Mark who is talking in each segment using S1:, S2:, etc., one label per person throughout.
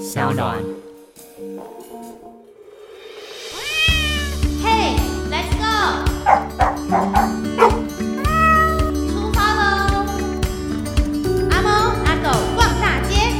S1: 小暖。
S2: 嘿 ，Let's go！ 出发喽！阿猫阿狗逛大街，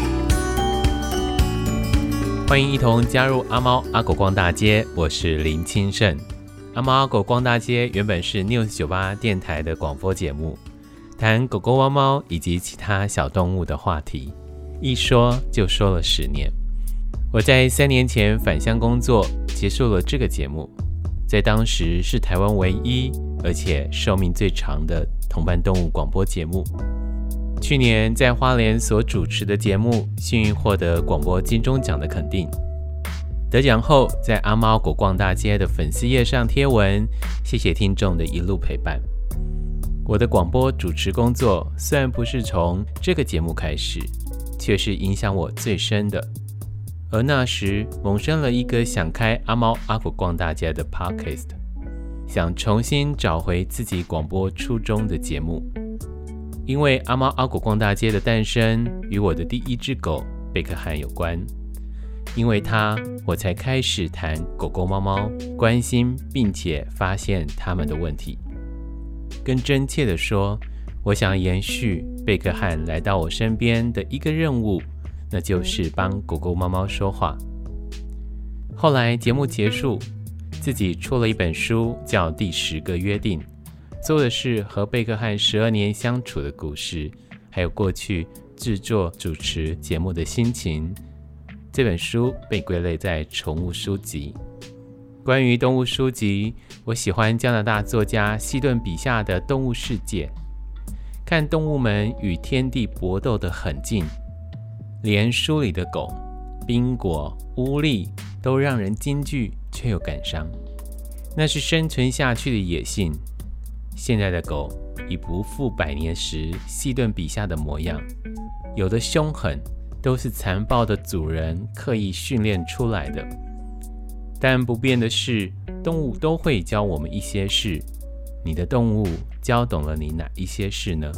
S1: 欢迎一同加入阿猫阿狗逛大街，我是林清盛。阿猫阿狗逛大街原本是 News98 电台的广播节目，谈狗狗、猫猫以及其他小动物的话题，一说就说了10年。我在3年前返乡工作，结束了这个节目，在当时是台湾唯一而且寿命最长的同伴动物广播节目。去年在花莲所主持的节目，幸运获得广播金钟奖的肯定。得奖后，在阿猫狗逛大街的粉丝页上贴文，谢谢听众的一路陪伴。我的广播主持工作虽然不是从这个节目开始，却是影响我最深的。而那时萌生了一个想开阿猫阿狗逛大街的 Podcast， 想重新找回自己广播初衷的节目。因为阿猫阿狗逛大街的诞生与我的第一只狗贝克汉有关，因为它我才开始谈狗狗猫猫，关心并且发现它们的问题。更真切地说，我想延续贝克汉来到我身边的一个任务，那就是帮狗狗猫猫说话。后来节目结束，自己出了一本书叫《第10个约定》，做的是和贝克汉12年相处的故事，还有过去制作主持节目的心情。这本书被归类在宠物书籍。关于动物书籍，我喜欢加拿大作家希顿笔下的动物世界，看动物们与天地搏斗得很近，连书里的狗、宾果、乌力都让人惊惧却又感伤，那是生存下去的野性。现在的狗已不复100年时希顿笔下的模样，有的凶狠都是残暴的主人刻意训练出来的。但不变的是，动物都会教我们一些事。你的动物教懂了你哪一些事呢？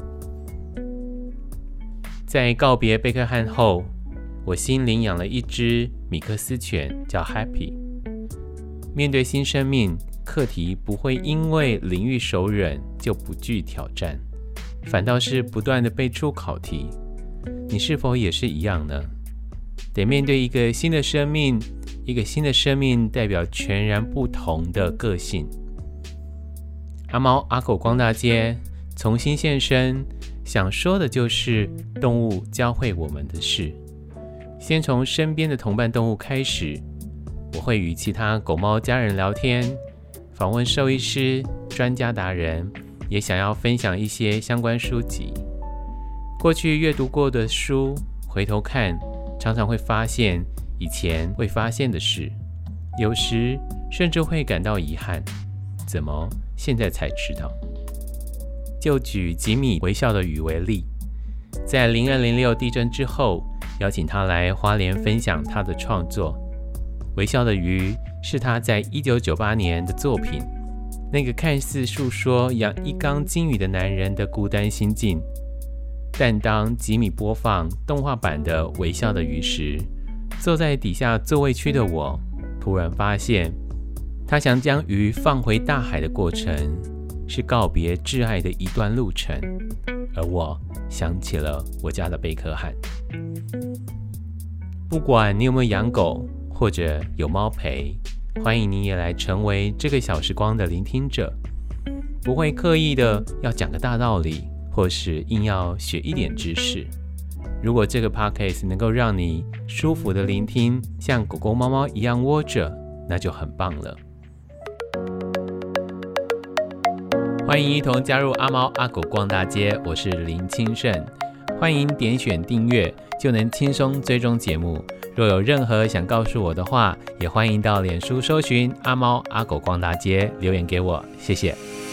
S1: 在告别贝克汉后，我新领养了一只米克斯犬，叫 Happy。 面对新生命，课题不会因为领域熟稔就不具挑战，反倒是不断的背出考题。你是否也是一样呢？得面对一个新的生命，一个新的生命代表全然不同的个性。阿猫阿狗逛大街重新现身，想说的就是动物教会我们的事。先从身边的同伴动物开始，我会与其他狗猫家人聊天，访问兽医师、专家达人，也想要分享一些相关书籍。过去阅读过的书，回头看，常常会发现以前未发现的事，有时甚至会感到遗憾，怎么现在才知道？就举吉米微笑的鱼为例，在0206地震之后，邀请他来花莲分享他的创作。微笑的鱼是他在1998年的作品，那个看似诉说养一缸金鱼的男人的孤单心境。但当吉米播放动画版的微笑的鱼时，坐在底下座位区的我突然发现，他想将鱼放回大海的过程是告别挚爱的一段路程，而我想起了我家的贝克汉。不管你有没有养狗或者有猫陪，欢迎你也来成为这个小时光的聆听者，不会刻意的要讲个大道理，或是硬要学一点知识。如果这个 podcast 能够让你舒服的聆听，像狗狗猫猫一样窝着，那就很棒了。欢迎一同加入阿猫阿狗逛大街，我是林清盛。欢迎点选订阅，就能轻松追踪节目。若有任何想告诉我的话，也欢迎到脸书搜寻阿猫阿狗逛大街留言给我，谢谢。